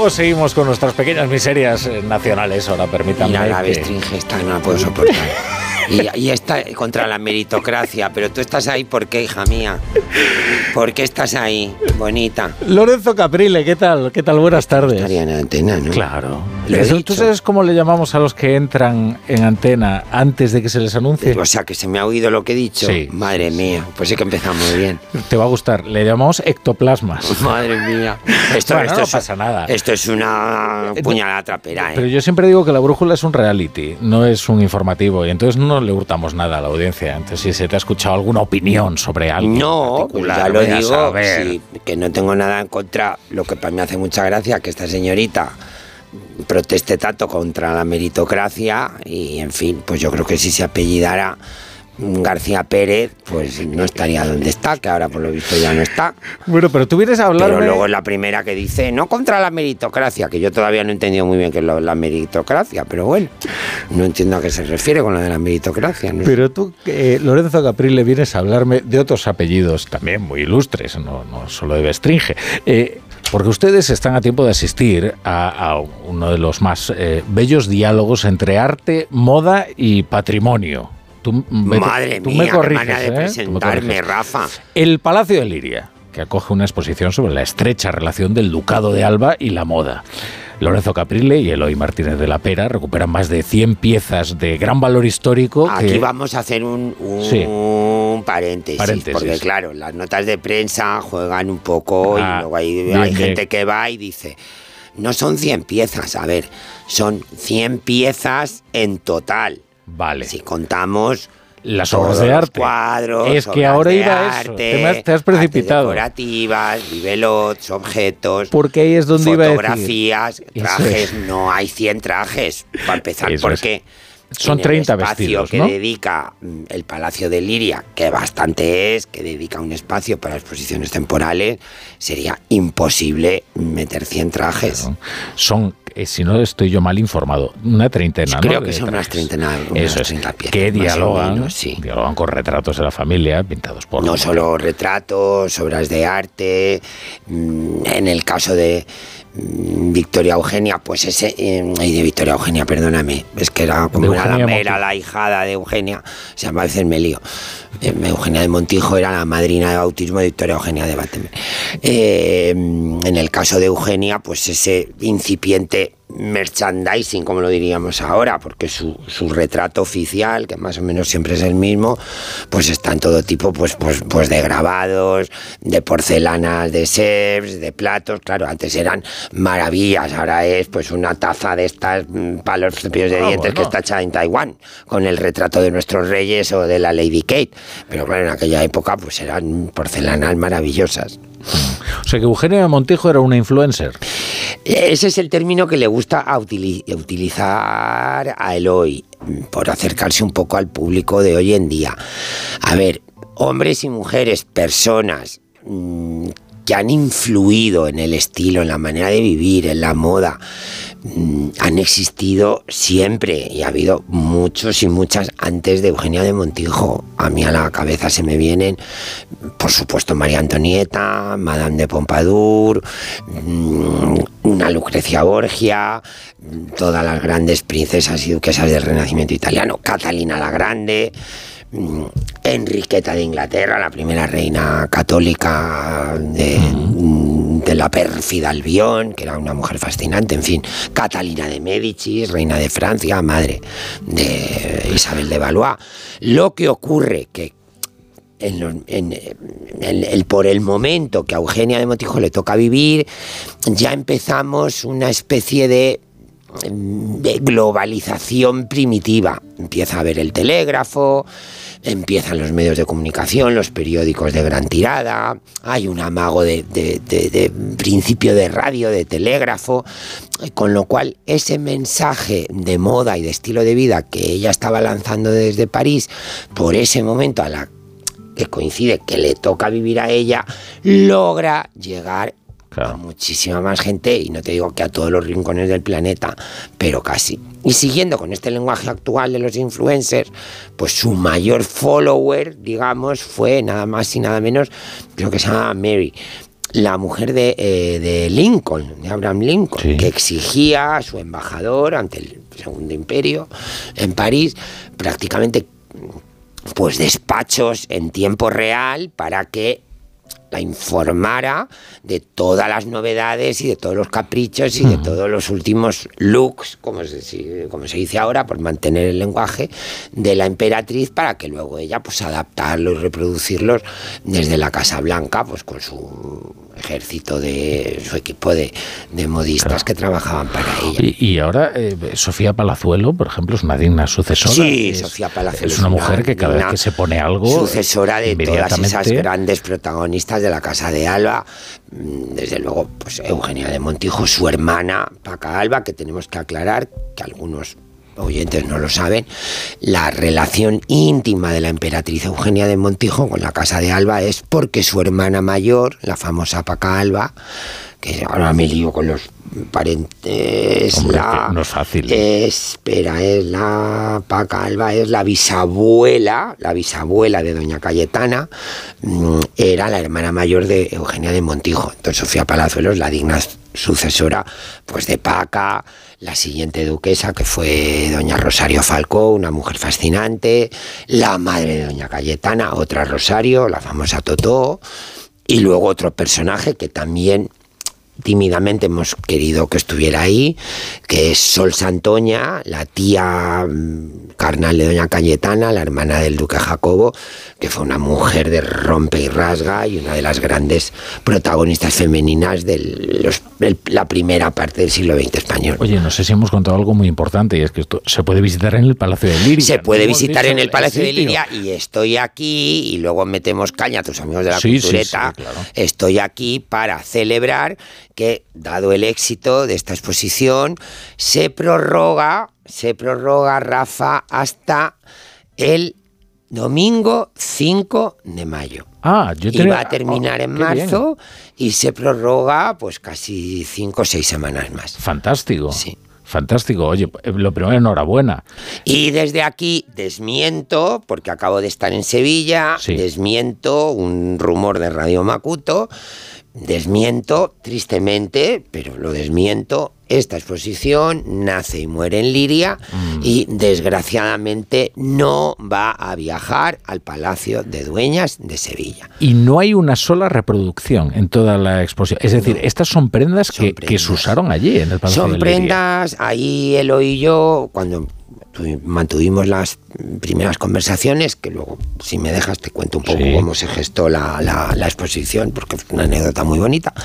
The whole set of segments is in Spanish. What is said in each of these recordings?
luego seguimos con nuestras pequeñas miserias nacionales. Ahora permítanme. Mira, la Bestringe esta no la puedo soportar. Y está contra la meritocracia, pero tú estás ahí, ¿por qué, hija mía? ¿Por qué estás ahí, bonita? Lorenzo Caprile, ¿qué tal? ¿Qué tal? Buenas tardes. Estaría en Antena, ¿no? Claro. ¿Tú sabes cómo le llamamos a los que entran en Antena antes de que se les anuncie? O sea, que se me ha oído lo que he dicho. Sí. Madre mía, pues sí que empezamos bien. Te va a gustar. Le llamamos ectoplasmas. Madre mía. Esto no pasa nada. Esto es una puñalada trapera, ¿eh? Pero yo siempre digo que La Brújula es un reality, no es un informativo, y entonces no le hurtamos nada a la audiencia. Entonces, si se te ha escuchado alguna opinión sobre algo no, pues ya lo digo, sí, que no tengo nada en contra. Lo que para mí me hace mucha gracia que esta señorita proteste tanto contra la meritocracia y, en fin, pues yo creo que si se apellidara García Pérez, pues no estaría donde está, que ahora por lo visto ya no está. Bueno, pero tú vienes a hablarme... Pero luego es la primera que dice, no contra la meritocracia, que yo todavía no he entendido muy bien qué es la meritocracia, pero bueno, no entiendo a qué se refiere con lo de la meritocracia, ¿no? Pero tú, Lorenzo Caprile, vienes a hablarme de otros apellidos también muy ilustres, no solo de Bestringe, porque ustedes están a tiempo de asistir a uno de los más bellos diálogos entre arte, moda y patrimonio. Madre mía, qué manera de presentarme, Rafa. El Palacio de Liria, que acoge una exposición sobre la estrecha relación del Ducado de Alba y la moda. Lorenzo Caprile y Eloy Martínez de la Pera recuperan más de 100 piezas de gran valor histórico. Aquí vamos a hacer un paréntesis, porque claro, las notas de prensa juegan un poco y luego hay gente que va y dice... No son 100 piezas, a ver, son 100 piezas en total. Vale. Si contamos las obras de arte, cuadros, es que ahora iba a eso, te has precipitado. Decorativas, bibelots, objetos, porque ahí es donde iba a decir. Fotografías, trajes, no hay 100 trajes, para empezar, eso porque son 30 vestidos, ¿no? Que dedica el Palacio de Liria, que bastante es, que dedica un espacio para exposiciones temporales, sería imposible meter 100 trajes. Claro. Son, si no estoy yo mal informado, una treintena, creo ¿no? que son unas treintena. Eso es, que dialogan con retratos de la familia pintados por... No solo retratos, obras de arte, en el caso de... Victoria Eugenia, pues perdóname, es que era como era la hijada de Eugenia, o sea, a veces me lío. Eugenia de Montijo era la madrina de bautismo de Victoria Eugenia de Battenberg. En el caso de Eugenia, pues ese incipiente merchandising, como lo diríamos ahora, porque su retrato oficial, que más o menos siempre es el mismo, pues está en todo tipo pues de grabados, de porcelanas, de Sèvres, de platos. Claro, antes eran maravillas, ahora es pues una taza de estas para los cepillos de dientes que está hecha en Taiwán, con el retrato de nuestros reyes o de la Lady Kate. Pero claro, en aquella época pues eran porcelanas maravillosas. O sea que Eugenia de Montijo era una influencer. Ese es el término que le gusta utilizar a Eloy, por acercarse un poco al público de hoy en día. A ver, hombres y mujeres, personas que han influido en el estilo, en la manera de vivir, en la moda, han existido siempre y ha habido muchos y muchas antes de Eugenia de Montijo. A mí a la cabeza se me vienen, por supuesto, María Antonieta, Madame de Pompadour, una Lucrecia Borgia, todas las grandes princesas y duquesas del Renacimiento italiano, Catalina la Grande, Enriqueta de Inglaterra, la primera reina católica de la pérfida Albión, que era una mujer fascinante, en fin, Catalina de Médicis, reina de Francia, madre de Isabel de Valois. Lo que ocurre que por el momento que a Eugenia de Montijo le toca vivir, ya empezamos una especie de globalización primitiva. Empieza a haber el telégrafo, empiezan los medios de comunicación, los periódicos de gran tirada, hay un amago de principio de radio, de telégrafo, con lo cual ese mensaje de moda y de estilo de vida que ella estaba lanzando desde París, por ese momento que coincide que le toca vivir a ella, logra llegar a muchísima más gente, y no te digo que a todos los rincones del planeta, pero casi. Y siguiendo con este lenguaje actual de los influencers, pues su mayor follower, digamos, fue nada más y nada menos, creo que se llama Mary. la mujer de Lincoln, de Abraham Lincoln, sí, que exigía a su embajador ante el Segundo Imperio en París prácticamente pues despachos en tiempo real para que la informara de todas las novedades y de todos los caprichos y de todos los últimos looks, como se dice ahora, por mantener el lenguaje de la emperatriz, para que luego ella pues adaptarlos y reproducirlos desde la Casa Blanca, pues con su ejército su equipo de modistas, claro, que trabajaban para ella. Y ahora Sofía Palazuelo, por ejemplo, es una digna sucesora. Sí, Sofía Palazuelo es una mujer que cada vez que se pone algo, sucesora de todas esas grandes protagonistas de la Casa de Alba. Desde luego, pues Eugenia de Montijo, su hermana Paca Alba, que tenemos que aclarar, que algunos oyentes no lo saben, la relación íntima de la emperatriz Eugenia de Montijo con la Casa de Alba es porque su hermana mayor, la famosa Paca Alba, que ahora me lío con los parentes, hombre, no es fácil. Es la Paca Alba, es la bisabuela de doña Cayetana, era la hermana mayor de Eugenia de Montijo. Entonces Sofía Palazuelo es la digna sucesora pues de Paca, la siguiente duquesa, que fue doña Rosario Falcó, una mujer fascinante, la madre de doña Cayetana, otra Rosario, la famosa Totó, y luego otro personaje que también tímidamente hemos querido que estuviera ahí, que es Sol Santoña, la tía carnal de doña Cayetana, la hermana del duque Jacobo, que fue una mujer de rompe y rasga y una de las grandes protagonistas femeninas de la primera parte del siglo XX español. Oye, no sé si hemos contado algo muy importante, y es que esto se puede visitar en el Palacio de Liria. Se puede visitar en el Palacio de Liria, y estoy aquí, y luego metemos caña a tus amigos de la cultureta, sí, claro. Estoy aquí para celebrar que, dado el éxito de esta exposición, se prorroga, Rafa, hasta el domingo 5 de mayo. Y va a terminar en marzo, bien. Y se prorroga pues casi 5 o 6 semanas más. Fantástico. Sí. Fantástico. Oye, lo primero, enhorabuena. Y desde aquí desmiento, porque acabo de estar en Sevilla, sí, desmiento un rumor de Radio Macuto, desmiento tristemente, pero lo desmiento. Esta exposición nace y muere en Liria y desgraciadamente no va a viajar al Palacio de Dueñas de Sevilla. Y no hay una sola reproducción en toda la exposición. Es decir, estas son prendas que se usaron allí en el Palacio de Liria. Son prendas, ahí Elo y yo, cuando mantuvimos las primeras conversaciones, que luego, si me dejas, te cuento un poco cómo se gestó la exposición, porque es una anécdota muy bonita.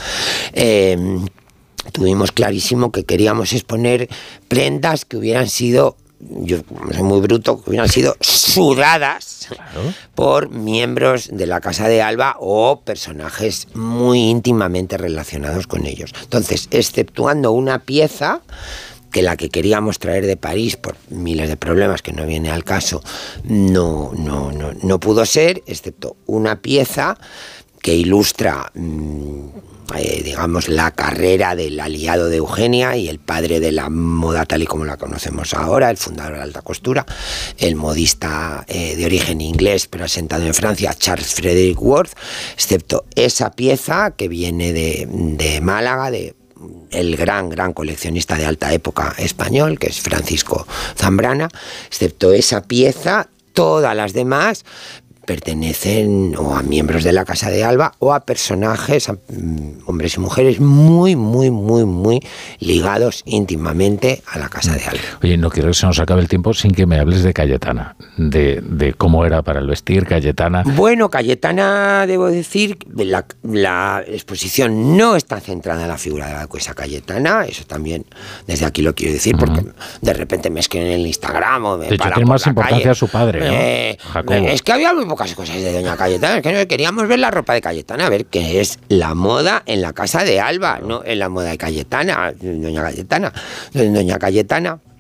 Tuvimos clarísimo que queríamos exponer prendas que hubieran sido, yo soy muy bruto, que hubieran sido sudadas, claro, por miembros de la Casa de Alba o personajes muy íntimamente relacionados con ellos. Entonces, exceptuando una pieza, que la que queríamos traer de París por miles de problemas que no viene al caso, no pudo ser, excepto una pieza que ilustra digamos la carrera del aliado de Eugenia y el padre de la moda tal y como la conocemos ahora, el fundador de la alta costura, el modista de origen inglés pero asentado en Francia, Charles Frederick Worth, excepto esa pieza que viene de Málaga, de el gran coleccionista de alta época español, que es Francisco Zambrana. Excepto esa pieza, todas las demás pertenecen o a miembros de la Casa de Alba o a personajes, hombres y mujeres muy ligados íntimamente a la Casa de Alba. Oye, no quiero que se nos acabe el tiempo sin que me hables de Cayetana, de cómo era para el vestir Cayetana. Bueno, Cayetana, debo decir, la exposición no está centrada en la figura de la duquesa Cayetana, eso también desde aquí lo quiero decir, porque de repente me escriben en el Instagram o me de hecho, paran tiene por más la importancia calle. A su padre, ¿no? Jacobo. Es que había muy pocas cosas de doña Cayetana, es que queríamos ver la ropa de Cayetana, a ver qué es la moda en la Casa de Alba, no en la moda de Cayetana, doña Cayetana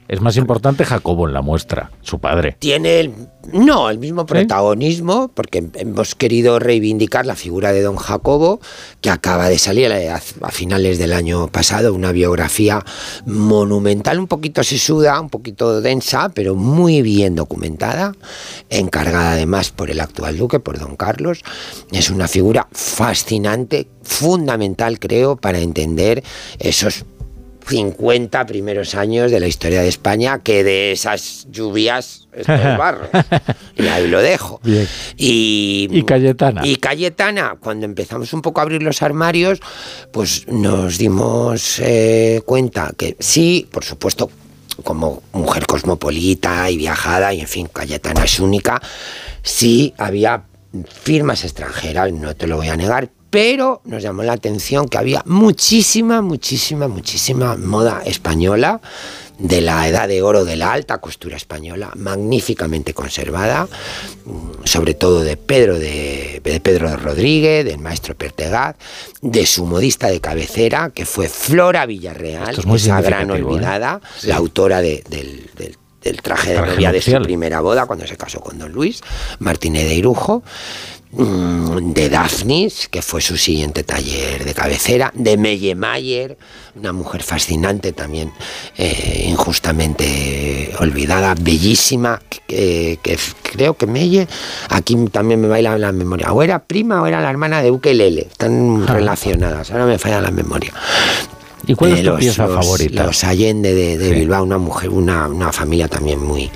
Es más importante Jacobo en la muestra, su padre. Tiene el mismo protagonismo, porque hemos querido reivindicar la figura de don Jacobo, que acaba de salir a finales del año pasado, una biografía monumental, un poquito sesuda, un poquito densa, pero muy bien documentada, encargada además por el actual duque, por don Carlos. Es una figura fascinante, fundamental, creo, para entender esos 50 primeros años de la historia de España, que de esas lluvias estos barros. Y ahí lo dejo. Bien. Y Cayetana. Y Cayetana, cuando empezamos un poco a abrir los armarios, pues nos dimos cuenta que sí, por supuesto, como mujer cosmopolita y viajada, y en fin, Cayetana es única, sí había firmas extranjeras, no te lo voy a negar, pero nos llamó la atención que había muchísima moda española, de la edad de oro de la alta costura española, magníficamente conservada, sobre todo de Pedro de Rodríguez, del maestro Pertegaz, de su modista de cabecera, que fue Flora Villarreal, esa gran olvidada, la autora del traje de novia de su primera boda, cuando se casó con don Luis Martínez de Irujo, de Daphnis, que fue su siguiente taller de cabecera, de Melle Mayer, una mujer fascinante también, injustamente olvidada, bellísima, que creo que Melle, aquí también me baila la memoria, o era prima o era la hermana de Ukelele, están relacionadas, ahora me falla la memoria. ¿Y cuál es tu pieza favorita? Los Allende de Bilbao, una mujer, una familia también muy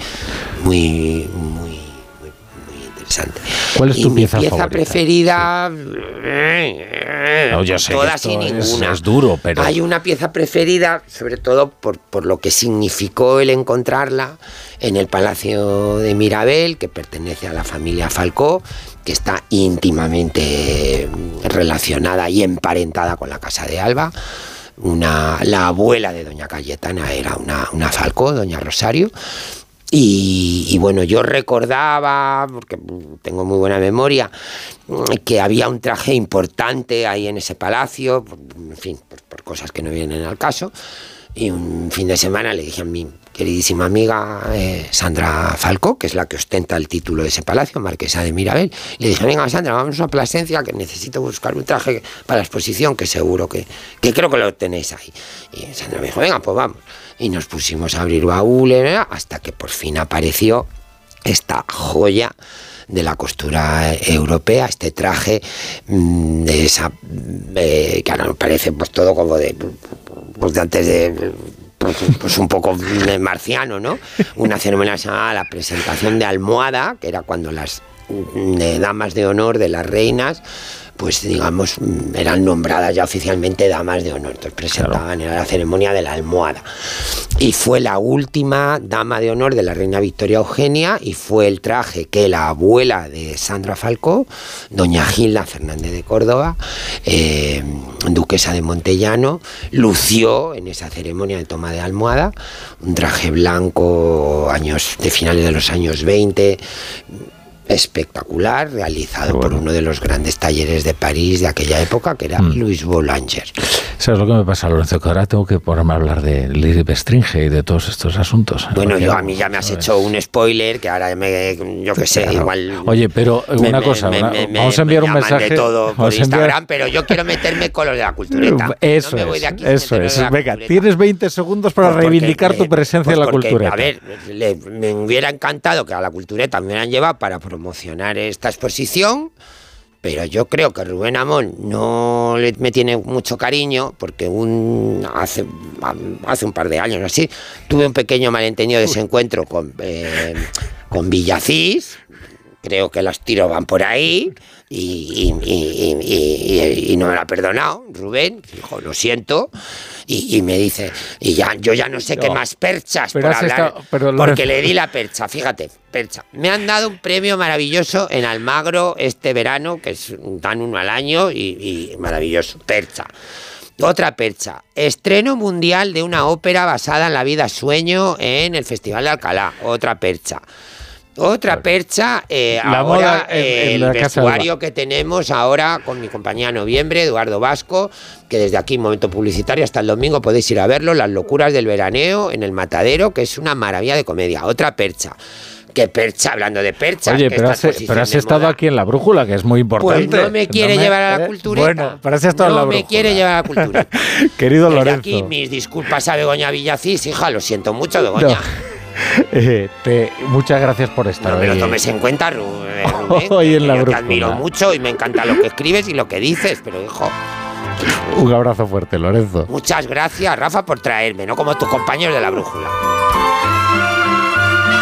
interesante. ¿Cuál es tu pieza favorita? Preferida? No, yo sé todas y ninguna. Es duro, pero... Hay una pieza preferida, sobre todo por lo que significó el encontrarla en el Palacio de Mirabel, que pertenece a la familia Falcó, que está íntimamente relacionada y emparentada con la Casa de Alba. La abuela de doña Cayetana era una Falcó, doña Rosario. Y bueno, yo recordaba, porque tengo muy buena memoria, que había un traje importante ahí en ese palacio, en fin, por cosas que no vienen al caso. Y un fin de semana le dije a mi queridísima amiga Sandra Falcó, que es la que ostenta el título de ese palacio, marquesa de Mirabel, le dije: venga Sandra, vamos a Plasencia, que necesito buscar un traje para la exposición, que seguro que creo que lo tenéis ahí. Y Sandra me dijo: venga, pues vamos. Y nos pusimos a abrir baúles, hasta que por fin apareció esta joya de la costura europea, este traje de esa que ahora nos parece pues todo como de antes de pues un poco marciano, ¿no? Una ceremonia llamada la presentación de almohada, que era cuando las damas de honor de las reinas, pues digamos, eran nombradas ya oficialmente damas de honor, entonces presentaban, era la ceremonia de la almohada, y fue la última dama de honor de la reina Victoria Eugenia, y fue el traje que la abuela de Sandra Falcó, doña Gilda Fernández de Córdoba, duquesa de Montellano, lució en esa ceremonia de toma de almohada, un traje blanco de finales de los años 20, espectacular, realizado por uno de los grandes talleres de París de aquella época, que era Louis Boulanger. ¿Sabes lo que me pasa, Lorenzo? Que ahora tengo que ponerme a hablar de Lili Bestringe y de todos estos asuntos. Bueno, a mí ya me has hecho un spoiler, que ahora yo qué sé, igual... Oye, pero una cosa, vamos a enviar un mensaje... de todo por Instagram, pero yo quiero meterme con los de la cultureta. Eso no me voy de aquí es. Venga, tienes 20 segundos para reivindicar tu presencia en la cultureta. A ver, me hubiera encantado que a la cultureta me hubieran llevado para promocionar esta exposición, pero yo creo que Rubén Amón no me tiene mucho cariño, porque hace un par de años así tuve un pequeño malentendido de ese encuentro con Villacís. Creo que los tiros van por ahí y no me lo ha perdonado Rubén. Dijo: lo siento. Y me dice, yo ya no sé qué más perchas por hablar, porque le di la percha, fíjate, percha. Me han dado un premio maravilloso en Almagro este verano, que dan uno al año y maravilloso, percha. Otra percha, estreno mundial de una ópera basada en la vida sueño en el Festival de Alcalá, otra percha. Otra percha, ahora el vestuario que tenemos ahora con mi compañía Noviembre, Eduardo Vasco, que desde aquí, momento publicitario, hasta el domingo podéis ir a verlo, Las locuras del veraneo en el Matadero, que es una maravilla de comedia. Otra percha. ¿Qué percha? Hablando de perchas. Oye, pero has estado aquí en La Brújula, que es muy importante. Pues no me quiere llevar a la cultureta. Bueno, pero has estado en La Brújula. No me quiere llevar a la cultureta. Querido desde Lorenzo. Aquí mis disculpas a Begoña Villacís, hija, lo siento mucho, Begoña. Muchas gracias por estar hoy. No me lo tomes en cuenta, Rubén. Hoy en La Brújula. Te admiro mucho y me encanta lo que escribes y lo que dices, pero hijo... Un abrazo fuerte, Lorenzo. Muchas gracias, Rafa, por traerme, no como tus compañeros de La Brújula.